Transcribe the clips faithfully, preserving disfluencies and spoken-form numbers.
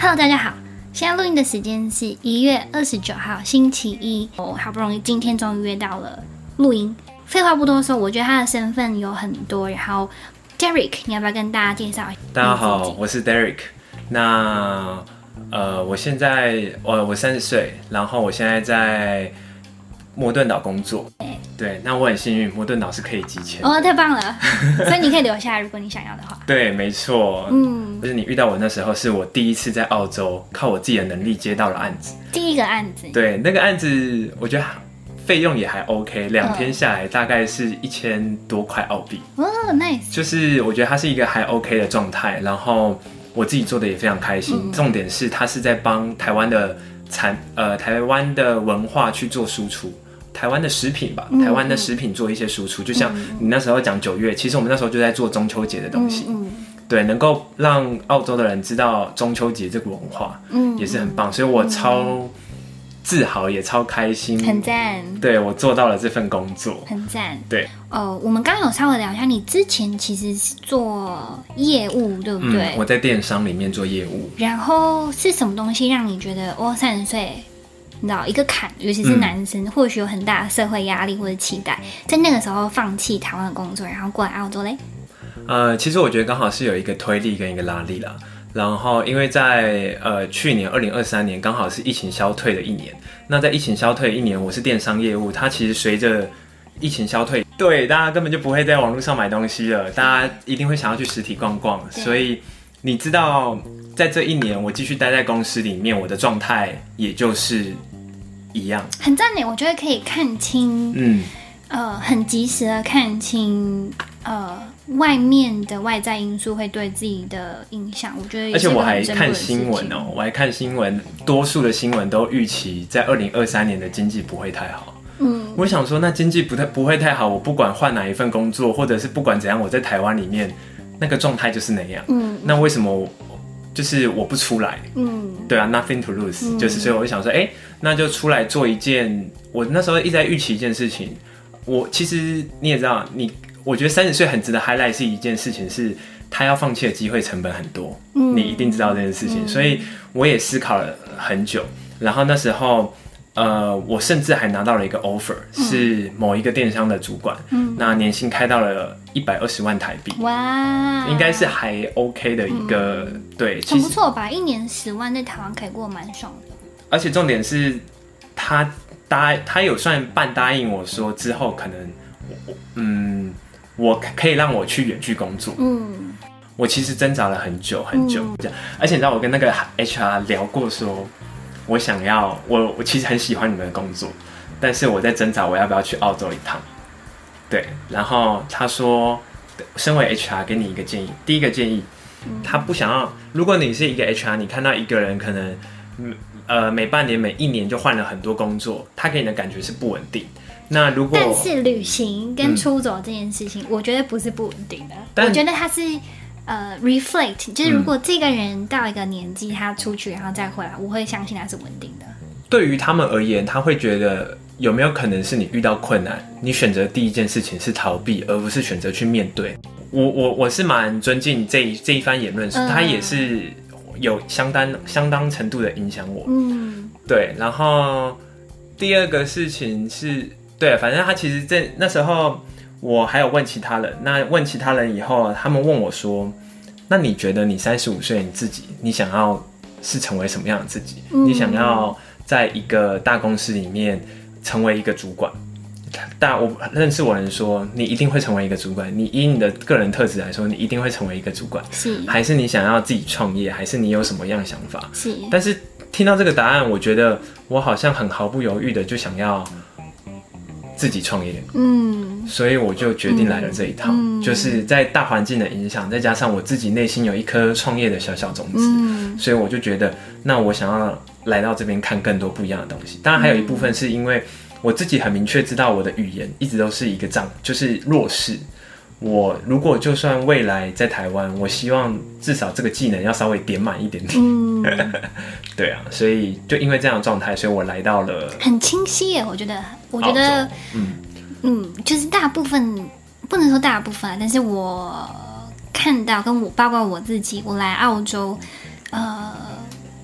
Hello， 大家好，现在录音的时间是一月二十九号星期一，我好不容易今天终于约到了录音。废话不多说，我觉得他的身份有很多，然后 Derek， 你要不要跟大家介绍一下？ 大家好，我是 Derek。那呃，我现在我我三十岁，然后我现在在摩顿岛工作。对，那我很幸运，摩顿岛是可以集签的。 哦，太棒了！所以你可以留下来，如果你想要的话。 对，没错。 嗯， 就是你遇到我那时候，是我第一次在澳洲靠我自己的能力接到了案子。 第一个案子。 对，那个案子我觉得费用也还 OK， 两天下来大概是一千多块澳币。 哦 ，nice。 就是我觉得它是一个还 OK 的状态，然后我自己做的也非常开心。嗯、重点是它是在帮台湾的产呃台湾的文化去做输出。台湾的食品吧，台湾的食品做一些输出，嗯、就像你那时候讲九月，其实我们那时候就在做中秋节的东西，嗯嗯、对，能够让澳洲的人知道中秋节这个文化，嗯，也是很棒，所以我超自豪，也超开心， 很赞， 对我做到了这份工作， 很赞， 对。 哦，我们刚刚有稍微聊一下，你之前其实是做业务，对不对？ 嗯，我在电商里面做业务， 然后是什么东西让你觉得我三十岁？你知道一个坎，尤其是男生，嗯、或许有很大的社会压力或者期待，在那个时候放弃台湾的工作，然后过来澳洲嘞。 呃，其实我觉得刚好是有一个推力跟一个拉力啦。然后因为在呃去年二零二三年刚好是疫情消退的一年，那在疫情消退的一年，我是电商业务，它其实随着疫情消退，对大家根本就不会在网络上买东西了，大家一定会想要去实体逛逛，所以你知道，在这一年我继续待在公司里面，我的状态也就是一样， 很赞耶！我觉得可以看清，嗯，呃，很及时的看清，呃，外面的外在因素会对自己的影响。我觉得也是，而且我还看新闻哦，我还看新闻，多数的新闻都预期在二零二三年的经济不会太好。嗯，我想说，那经济不太不会太好，我不管换哪一份工作，或者是不管怎样，我在台湾里面那个状态就是那样。嗯，那为什么我？就是我不出来，嗯，对啊 ，nothing to lose，、嗯、就是所以我就想说，哎、欸，那就出来做一件，我那时候一直在预期一件事情。我其实你也知道，你我觉得三十岁很值得 highlight 是一件事情，是他要放弃的机会成本很多，嗯，你一定知道这件事情，嗯、所以我也思考了很久，然后那时候。呃，我甚至还拿到了一个 offer，、嗯、是某一个电商的主管，嗯、那年薪开到了一百二十万台币，哇，应该是还 OK 的一个，嗯、对， 很不错吧？一年十万在台湾可以过蛮爽的。 而且重点是他答，他有算半答应我说之后可能我，嗯，我可以让我去远距工作，嗯，我其实挣扎了很久很久，嗯、而且你知道我跟那个 H R 聊过说。我想要，我我其实很喜欢你们的工作，但是我在挣扎我要不要去澳洲一趟。对，然后他说，身为 H R 给你一个建议，第一个建议，他不想要，如果你是一个 H R， 你看到一个人可能，呃，每半年、每一年就换了很多工作，他给你的感觉是不稳定。那如果但是旅行跟出走这件事情，嗯、我觉得不是不稳定的，我觉得他是。呃 reflect 就是如果这个人到一个年纪，他出去然后再回来，我会相信他是稳定的。 对于他们而言，他会觉得有没有可能是你遇到困难，你选择第一件事情是逃避，而不是选择去面对。我我我是蛮尊敬这一这一番言论，嗯、他也是有相当相当程度的影响我。嗯，对。然后第二个事情是，对，反正他其实在那时候。我还有问其他人，那问其他人以后，他们问我说：“那你觉得你三十五岁你自己，你想要是成为什么样的自己？嗯、你想要在一个大公司里面成为一个主管？大我认识我的人说，你一定会成为一个主管。你以你的个人特质来说，你一定会成为一个主管。是，还是你想要自己创业？还是你有什么样的想法？是。但是听到这个答案，我觉得我好像很毫不犹豫的就想要。”自己创业，嗯，所以我就决定来了这一套，嗯、就是在大环境的影响，再加上我自己内心有一颗创业的小小种子，嗯、所以我就觉得，那我想要来到这边看更多不一样的东西。当然，还有一部分是因为我自己很明确知道我的语言一直都是一个障，就是弱势。我如果就算未来在台湾，我希望至少这个技能要稍微点满一点点。嗯，对啊，所以就因为这样的状态，所以我来到了很清晰耶。我觉得，我觉得，嗯嗯，就是大部分不能说大部分，但是我看到跟我包括我自己，我来澳洲，呃，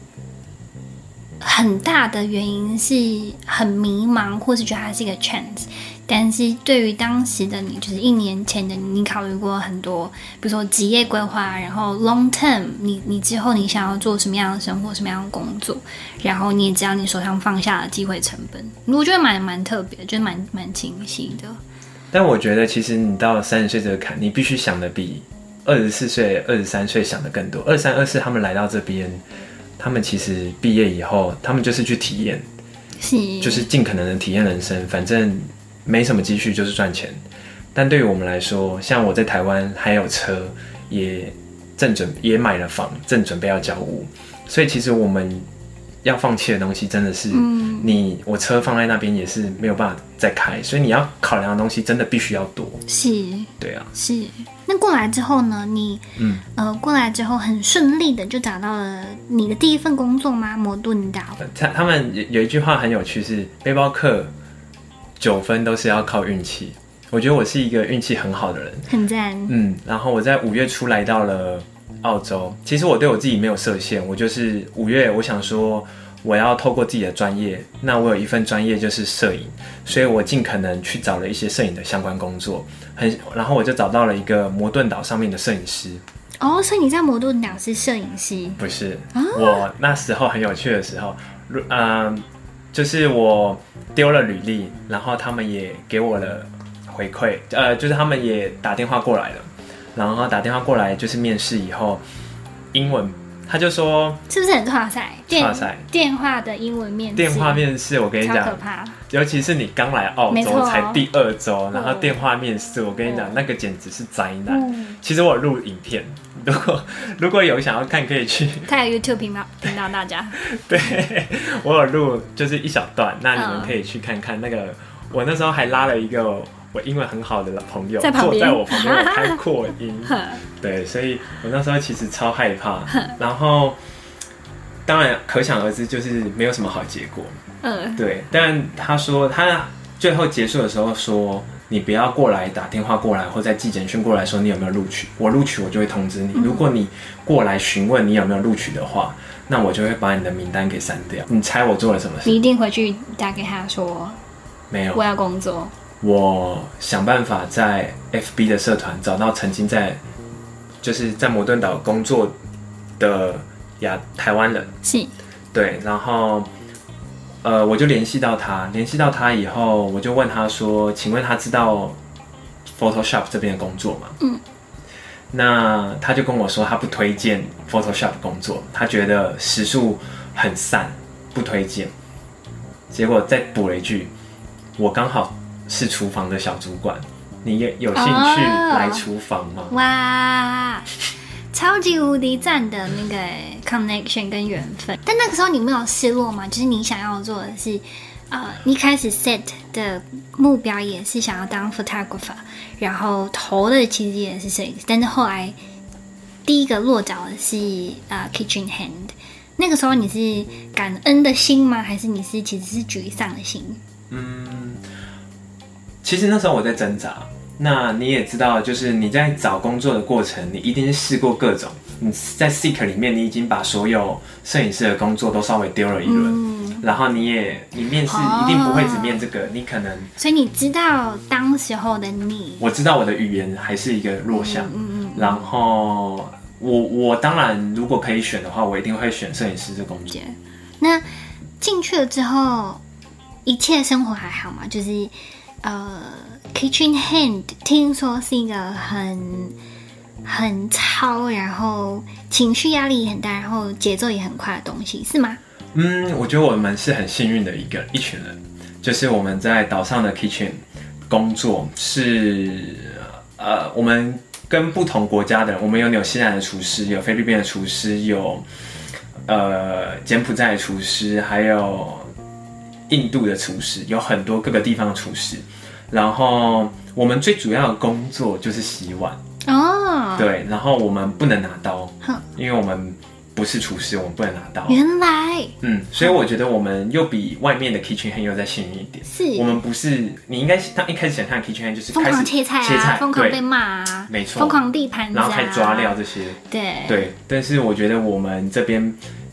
很大的原因是很迷茫，或是觉得它是一个 chance。但是对于当时的你，就是一年前的你，你考虑过很多，比如说职业规划，然后 long term， 你你之后你想要做什么样的生活，什么样的工作，然后你也知道你手上放下的机会成本，我觉得蛮蛮特别，就是蛮蛮清晰的。 但我觉得其实你到三十岁这个坎，你必须想的比二十四岁、二十三岁想的更多。二三、二四他们来到这边，他们其实毕业以后，他们就是去体验， 是就是尽可能的体验人生，反正没什么积蓄就是赚钱。但对于我们来说，像我在台湾还有车，也正准也买了房，正准备要交屋，所以其实我们要放弃的东西真的是，嗯，你我车放在那边也是没有办法再开，所以你要考量的东西真的必须要多。 是， 对啊， 是。那过来之后呢？你嗯呃过来之后很顺利的就找到了你的第一份工作吗？摩顿岛。 他他们有一句话很有趣是，背包客九分都是要靠运气。我觉得我是一个运气很好的人， 很赞。 嗯，然后我在五月初来到了澳洲。其实我对我自己没有设限，我就是五月，我想说我要透过自己的专业，那我有一份专业就是摄影，所以我尽可能去找了一些摄影的相关工作，很，然后我就找到了一个摩顿岛上面的摄影师。 哦，所以你在摩顿岛是摄影师？ 不是，哦，我那时候很有趣的时候，嗯，就是我丢了履历，然后他们也给我了回馈，呃，就是他们也打电话过来了，然后打电话过来就是面试以后，英文他就说是不是很哇塞？ 哇塞， 电话的英文面试， 电话面试，我跟你讲， 超可怕。尤其是你刚来澳洲才第二周，然后电话面试，我跟你讲，那个简直是灾难。嗯，其实我有录影片，如果如果有想要看，可以去。 他有 YouTube 频道，频道大家。 对，我有录，就是一小段，那你们可以去看看。那个我那时候还拉了一个我英文很好的朋友， 在旁边坐在我旁边，我开扩音。对，所以我那时候其实超害怕，然后。当然，可想而知，就是没有什么好结果。嗯，对。但他说，他最后结束的时候说，你不要过来打电话过来，或者寄简讯过来说你有没有录取。我录取，我就会通知你。嗯，如果你过来询问你有没有录取的话，那我就会把你的名单给删掉。你猜我做了什么事？ 你一定回去打给他说， 没有， 我要工作。 我想办法在 F B 的社团找到曾经在，就是在摩顿岛工作的。呀，台湾人是， 对，然后，呃，我就联系到他，联系到他以后，我就问他说：“请问他知道 Photoshop 这边的工作吗？”嗯，那他就跟我说，他不推荐 Photoshop 工作，他觉得时数很散，不推荐。结果再补了一句：“我刚好是厨房的小主管，你也有兴趣来厨房吗？” 哦，哇！超级无敌赞的那个 connection 跟缘分，但那个时候你没有失落吗？就是你想要做的是，呃，你开始 set 的目标也是想要当 photographer， 然后投的其实也是摄影师，但是后来第一个落脚的是呃 kitchen hand， 那个时候你是感恩的心吗？还是你是其实是沮丧的心？ 嗯，其实那时候我在挣扎。那你也知道，就是你在找工作的过程，你一定是试过各种。你在 Seek 里面，你已经把所有摄影师的工作都稍微丢了一轮，嗯，然后你也你面试一定不会只面这个，哦，你可能。 所以你知道当时候的你， 我知道我的语言还是一个弱项，嗯嗯嗯，然后我我当然如果可以选的话，我一定会选摄影师这工作。 那进去了之后，一切生活还好吗？就是呃。Kitchen hand 听说是一个很很超，然后情绪压力很大，然后节奏也很快的东西，是吗？ 嗯，我觉得我们是很幸运的一个一群人，就是我们在岛上的 kitchen 工作是呃，我们跟不同国家的人，我们有纽西兰的厨师，有菲律宾的厨师，有呃柬埔寨的厨师，还有印度的厨师，有很多各个地方的厨师。然后我们最主要的工作就是洗碗哦，对，然后我们不能拿刀，因为我们不是厨师，我们不能拿刀。 原来， 嗯，所以我觉得我们又比外面的 kitchen hand 又再幸运一点。是，我们不是你应该他一开始想象的 kitchen hand 就是疯狂切菜啊，疯狂被骂啊， 没错， 疯狂地盘子， 然后还抓料这些， 对对。但是我觉得我们这边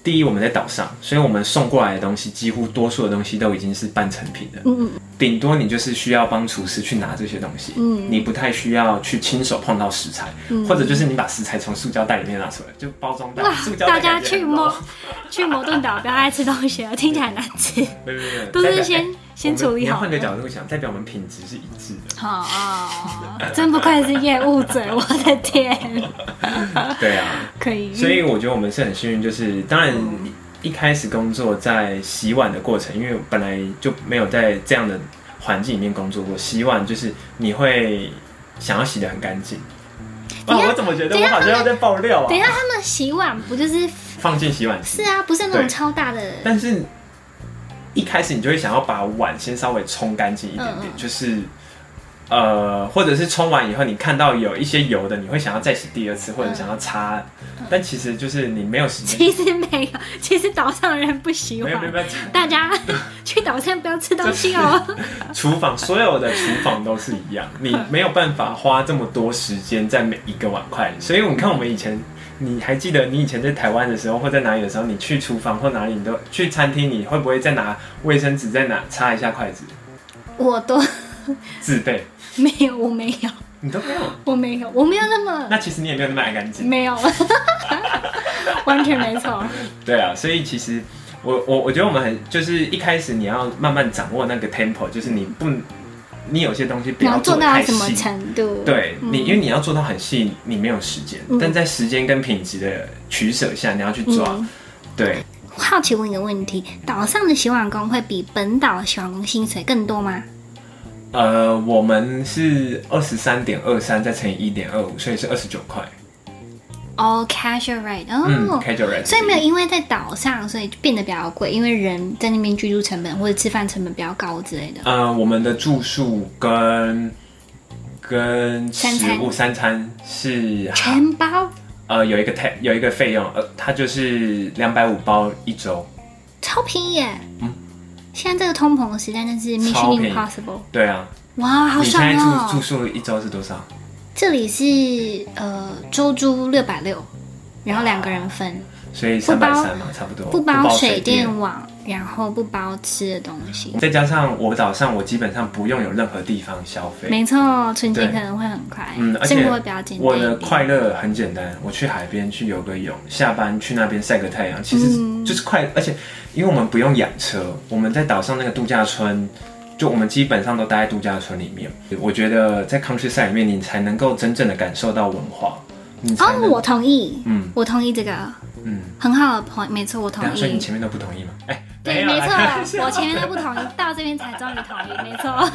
第一，我们在岛上，所以我们送过来的东西，几乎多数的东西都已经是半成品的。嗯嗯。顶多你就是需要帮厨师去拿这些东西，嗯，你不太需要去亲手碰到食材，嗯，或者就是你把食材从塑胶袋里面拿出来，就包装袋。塑胶袋大家去摩去摩顿岛不要爱吃东西了，听起来难吃。 没有没有， 都是先先处理好。 换个角度想，代表我们品质是一致的。 哦，真不愧是业务嘴，我的天。 对啊， 可以。 所以我觉得我们是很幸运，就是当然。一开始工作在洗碗的过程，因为本来就没有在这样的环境里面工作过，洗碗就是你会想要洗得很干净。哇，我怎么觉得我好像要在爆料啊？ 等一下，他们洗碗不就是放进洗碗机？ 是啊，不是那种超大的。 但是一开始你就会想要把碗先稍微冲干净一点点，嗯嗯就是呃，或者是冲完以后你看到有一些油的，你会想要再洗第二次，或者想要擦。嗯、但其实就是你没有时间。 其实没有，其实岛上的人不洗碗。 没有没有， 大家去岛上不要吃东西哦。 厨房所有的厨房都是一样，你没有办法花这么多时间在每一个碗筷里。所以你看我们以前。你还记得你以前在台湾的时候，或在哪里的时候，你去厨房或哪里，你都去餐厅，你会不会再拿卫生纸再拿擦一下筷子？ 我都自备。 没有，我没有。 你都没有？ 我没有，我没有那么。 那其实你也没有那么爱干净。 没有，完全没错。 对啊，所以其实我我我觉得我们很就是一开始你要慢慢掌握那个 tempo， 就是你不。你有些东西不要做太细， 做到什么程度？ 对你，因为你要做到很细，你没有时间。嗯、但在时间跟品质的取舍下，你要去抓。嗯、对。 好奇问一个问题：岛上的洗碗工会比本岛的洗碗工薪水更多吗？ 呃，我们是二十三点二三，再乘以一点二五，所以是二十九块。 哦、oh, ，casual rate， 哦、 嗯、，casual rate， 所以没有因为在岛上，所以变得比较贵，因为人在那边居住成本或者吃饭成本比较高之类的。 呃，我们的住宿跟跟食物三餐是全包。 呃，有一个费有一个费用，呃，它就是两百五包一周， 超便宜耶。嗯，现在这个通膨的时代，那是 Mission Impossible。 对啊。 哇，好爽哦！ 你现在住住宿一周是多少？ 这里是呃周租六百六，然后两个人分， 所以三百三嘛，差不多。 不包水电网，然后不包吃的东西。 再加上我岛上，我基本上不用有任何地方消费。 没错，存钱可能会很快，嗯，而且生活会比较简单。 我的快乐很简单，我去海边去游个泳，下班去那边晒个太阳，其实就是快。而且因为我们不用养车，我们在岛上那个度假村。就我们基本上都待在度假村里面，我觉得在 countryside 里面，你才能够真正的感受到文化。 哦，我同意，嗯，我同意这个，嗯，很好的 point， 没错，我同意。 所以你前面都不同意吗？哎、欸， 对，没错，我前面都不同意，到这边才终于同意，没错。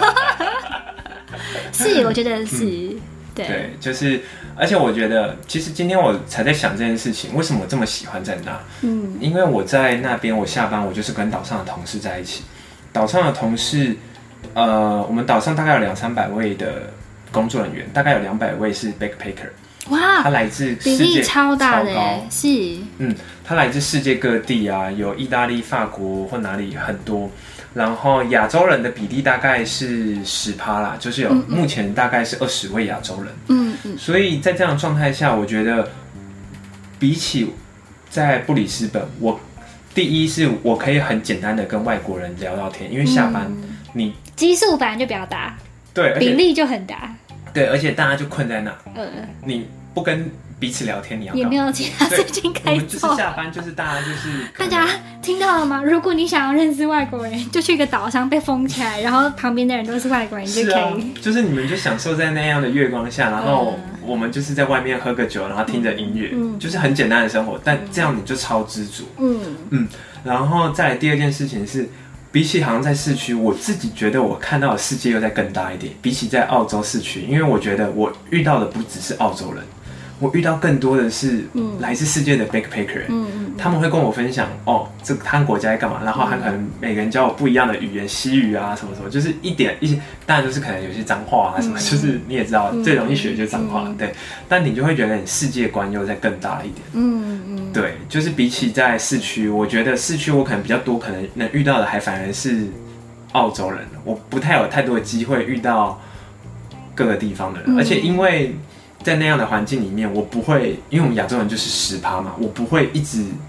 是，我觉得是，嗯、对， 对，就是，而且我觉得，其实今天我才在想这件事情，为什么我这么喜欢在那？嗯，因为我在那边，我下班我就是跟岛上的同事在一起，岛上的同事。呃，我们岛上大概有两三百位的工作人员，大概有两百位是 backpacker。哇，他来自世界比例超大的耶，是。 嗯，他来自世界各地啊，有意大利、法国或哪里很多。然后亚洲人的比例大概是十趴啦，就是有嗯嗯目前大概是二十位亚洲人。嗯嗯。所以在这样的状态下，我觉得比起在布里斯本，我第一是我可以很简单的跟外国人聊聊天，因为下班。嗯你基数本来就比较大， 对， 比例就很大， 对，而且大家就困在那，呃，你不跟彼此聊天，你要也没有其他事情可以做。 就是下班，就是大家就是大家听到了吗？如果你想要认识外国人，就去一个岛上被封起来，然后旁边的人都是外国人，你就可以、啊， 就是你们就享受在那样的月光下，然后我们就是在外面喝个酒，然后听着音乐，嗯，就是很简单的生活，但这样你就超知足，嗯嗯，然后再来第二件事情是。比起好像在市区，我自己觉得我看到的世界又再更大一点。比起在澳洲市区，因为我觉得我遇到的不只是澳洲人，我遇到更多的是来自世界的 backpacker，嗯嗯，他们会跟我分享哦，这个他们国家在干嘛，然后他可能每个人教我不一样的语言，西语啊什么什么，就是一点一些，当然就是可能有些脏话啊什么，嗯、就是你也知道、嗯、最容易学就是脏话，嗯、对，但你就会觉得你世界观又再更大一点，嗯嗯，对，就是比起在市区，我觉得市区我可能比较多，可能能遇到的还反而是澳洲人，我不太有太多的机会遇到各个地方的人，嗯、而且因为。在那样的环境里面，我不会，因为我们亚洲人就是十趴嘛，我不会一直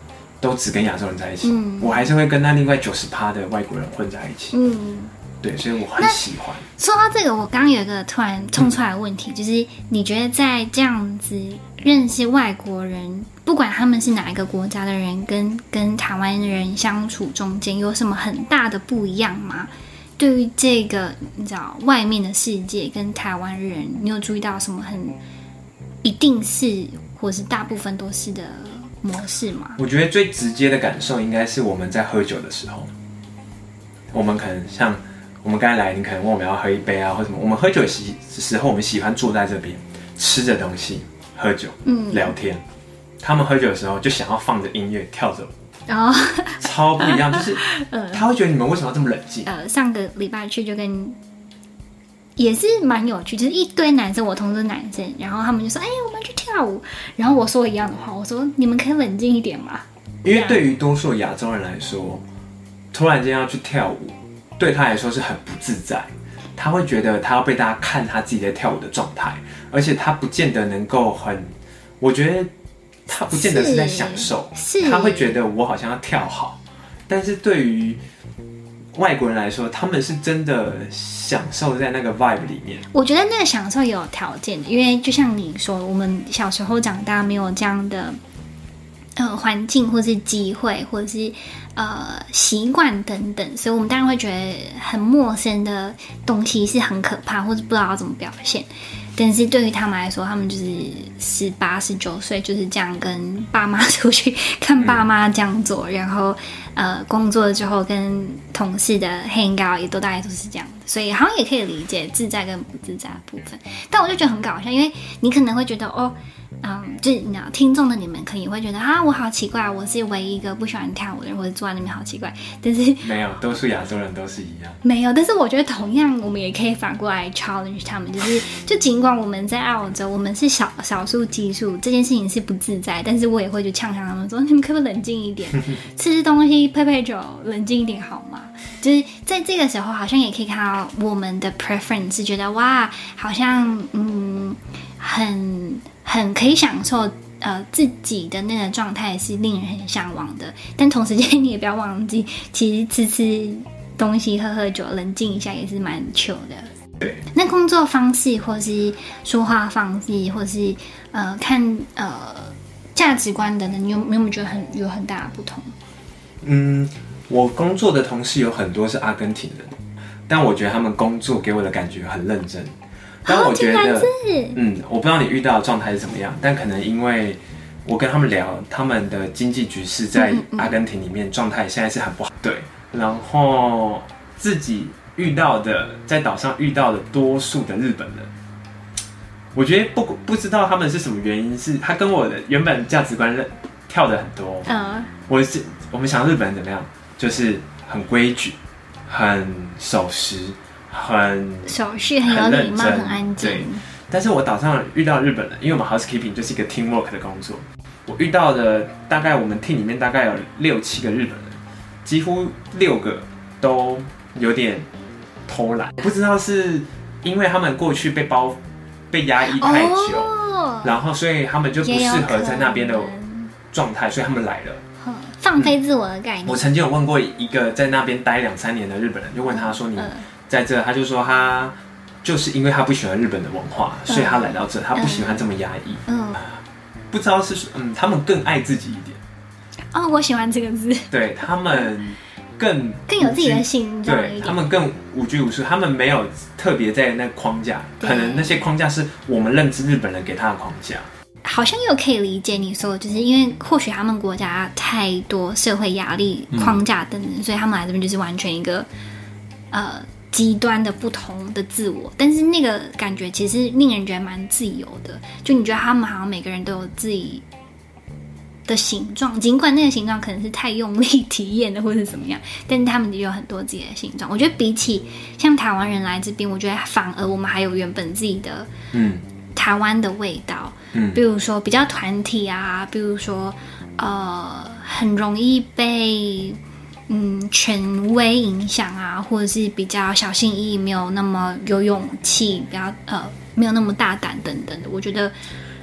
都只跟亚洲人在一起， 嗯、 我还是会跟那另外 百分之九十 的外国人混在一起。嗯，对，所以我很喜欢。 说到这个，我刚刚有一个突然冲出来的问题，嗯、就是你觉得在这样子认识外国人，不管他们是哪一个国家的人，跟跟台湾人相处中间有什么很大的不一样吗？对于这个你知道外面的世界跟台湾人，你有注意到什么很一定是或是大部分都是的模式吗？ 我觉得最直接的感受应该是我们在喝酒的时候，我们可能像我们刚才来，你可能问我们要喝一杯啊或什么，我们喝酒的时候，我们喜欢坐在这边吃着东西喝酒、嗯、聊天。他们喝酒的时候就想要放着音乐跳着舞。哦，超不一样，就是他会觉得你们为什么要这么冷静？ 呃，上个礼拜去就跟也是蛮有趣，就是一堆男生，我同事男生，然后他们就说：“哎、欸，我们去跳舞。”然后我说一样的话，我说：“你们可以冷静一点嘛。” 因为对于多数亚洲人来说，突然间要去跳舞，对他来说是很不自在。他会觉得他要被大家看他自己在跳舞的状态，而且他不见得能够很，我觉得。他不见得是在享受，他会觉得我好像要跳好，但是对于外国人来说，他们是真的享受在那个 vibe 里面。 我觉得那个享受也有条件的，因为就像你说，我们小时候长大没有这样的呃环境，或是机会，或者是呃习惯等等，所以我们当然会觉得很陌生的东西是很可怕，或者不知道要怎么表现。但是对于他们来说，他们就是十八、十九岁就是这样跟爸妈出去看爸妈这样做，嗯、然后呃工作了之后跟同事的 hang out 也都大概都是这样的，所以好像也可以理解自在跟不自在的部分。但我就觉得很搞笑，因为你可能会觉得哦，嗯，就是你知道听众的你们可能也会觉得啊，我好奇怪，我是唯一一个不喜欢跳舞的人，或者坐在那边好奇怪。但是没有，多数亚洲人都是一样。 没有，但是我觉得同样，我们也可以反过来 challenge 他们，就是就尽管我们在澳洲，我们是少少数基数，这件事情是不自在，但是我也会去呛呛他们说，你们可不可以冷静一点，吃吃东西，配配酒，冷静一点好吗？就是在这个时候，好像也可以看到我们的 preference 是觉得哇，好像嗯很很可以享受。呃，自己的那个状态是令人很向往的，但同时间你也不要忘记，其实吃吃东西、喝喝酒、冷静一下也是蛮 chill 的。 对。 那工作方式，或是说话方式，或是呃看呃价值观等等，你有没有觉得很有很大的不同？ 嗯，我工作的同事有很多是阿根廷人，但我觉得他们工作给我的感觉很认真。但我觉得，嗯，我不知道你遇到的状态是怎么样，但可能因为我跟他们聊，他们的经济局势在阿根廷里面状态现在是很不好，对。然后自己遇到的，在岛上遇到的多数的日本人，我觉得不不知道他们是什么原因，是他跟我的原本价值观跳得很多。嗯，我是我们想日本人怎么样，就是很规矩，很守时。很手续很有礼貌，很安静。 对，但是我岛上遇到日本人，因为我们 housekeeping 就是一个 teamwork 的工作，我遇到的大概我们 team 里面大概有六七个日本人，几乎六个都有点偷懒，不知道是因为他们过去被包被压抑太久，哦、然后所以他们就不适合在那边的状态，所以他们来了。 放飞自我的概念。嗯、 我曾经有问过一个在那边待两三年的日本人，就问他说你。嗯在这，他就说他就是因为他不喜欢日本的文化，嗯、所以他来到这，他不喜欢这么压抑。嗯，不知道是嗯，他们更爱自己一点。 哦，我喜欢这个字。 对他们更更有自己的心， 对他们更无拘无束，他们没有特别在那框架，可能那些框架是我们认知日本人给他的框架。 好像又可以理解你说，就是因为或许他们国家太多社会压力框架等等，嗯、所以他们来这边就是完全一个呃。极端的不同的自我，但是那个感觉其实令人觉得蛮自由的。就你觉得他们好像每个人都有自己的形状，尽管那个形状可能是太用力体验的，或是怎么样，但是他们也有很多自己的形状。我觉得比起像台湾人来这边，我觉得反而我们还有原本自己的嗯台湾的味道，嗯，比如说比较团体啊，比如说呃很容易被。嗯，权威影响啊，或者是比较小心翼翼，没有那么有勇气，比较呃，没有那么大胆等等的。我觉得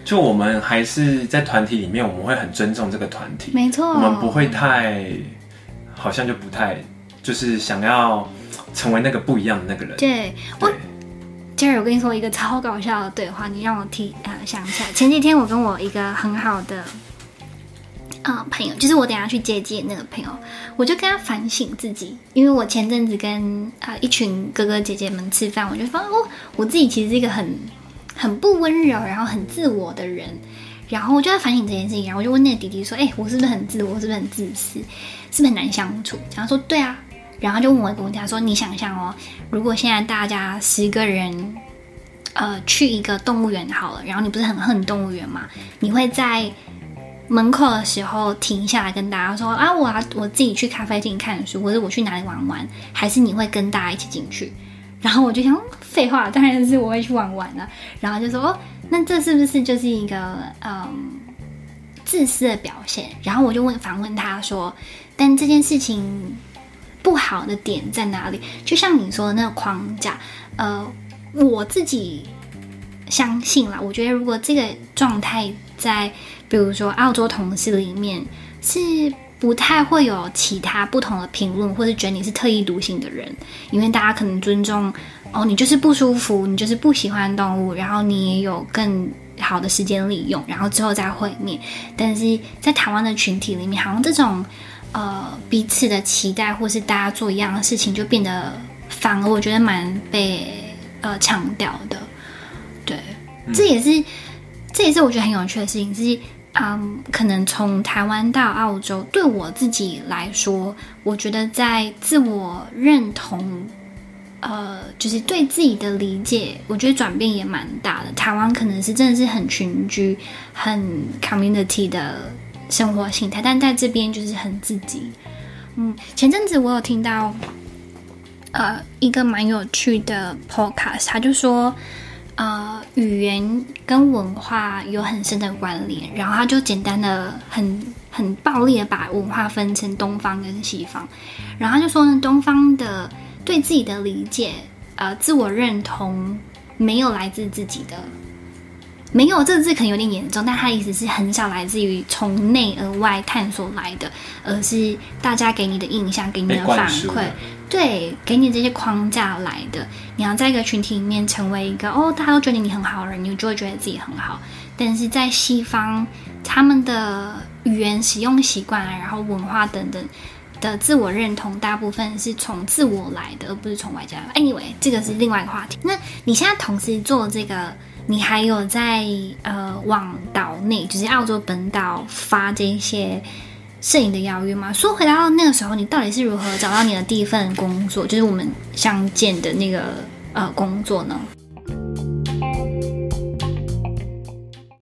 就我们还是在团体里面，我们会很尊重这个团体， 没错， 我们不会太，好像就不太，就是想要成为那个不一样的那个人。 对，我 Jerry， 我跟你说一个超搞笑的对话，你让我提呃想起来，前几天我跟我一个很好的。呃，朋友，就是我等一下去接机的那个朋友，我就跟他反省自己，因为我前阵子跟呃一群哥哥姐姐们吃饭，我就发现哦，我自己其实是一个很很不温柔，然后很自我的人，然后我就在反省这件事情，然后我就问那个弟弟说，哎、欸，我是不是很自我，是不是很自私，是不是很难相处？然后说对啊，然后他就问我一个问题，他说你想象哦，如果现在大家十个人，呃，去一个动物园好了，然后你不是很恨动物园吗？你会在门口的时候停下来跟大家说啊，我啊我自己去咖啡厅看书，或者我去哪里玩玩，还是你会跟大家一起进去？然后我就想，废话，当然是我会去玩玩了。然后就说，哦，那这是不是就是一个嗯自私的表现？然后我就问反问他说，但这件事情不好的点在哪里？就像你说的那个框架，呃，我自己相信啦，我觉得如果这个状态在比如说澳洲同事里面是不太会有其他不同的评论，或是觉得你是特立独行的人，因为大家可能尊重哦，你就是不舒服，你就是不喜欢动物，然后你也有更好的时间利用，然后之后再会面。但是在台湾的群体里面，好像这种呃彼此的期待，或是大家做一样的事情，就变得反而我觉得蛮被呃强调的。对，嗯、这也是这也是我觉得很有趣的事情是。嗯，可能从台湾到澳洲，对我自己来说，我觉得在自我认同，呃，就是对自己的理解，我觉得转变也蛮大的。台湾可能是真的是很群居、很 community 的生活形态，但在这边就是很自己。嗯，前阵子我有听到，呃，一个蛮有趣的 podcast， 他就说。呃，语言跟文化有很深的关联，然后他就简单的很很暴力的把文化分成东方跟西方，然后他就说呢，东方的对自己的理解，呃，自我认同没有来自自己的，没有这个字可能有点严重，但他的意思是很少来自于从内而外探索来的，而是大家给你的印象，给你的反馈。对，给你这些框架来的，你要在一个群体里面成为一个哦，大家都觉得你很好的人，你就会觉得自己很好。但是在西方，他们的语言使用习惯，然后文化等等的自我认同，大部分是从自我来的，而不是从外界来的。Anyway， 这个是另外一个话题。那你现在同时做这个，你还有在呃往岛内，就是澳洲本岛发这些。摄影的邀约吗？说回到那个时候，你到底是如何找到你的第一份工作，就是我们相见的那个呃工作呢？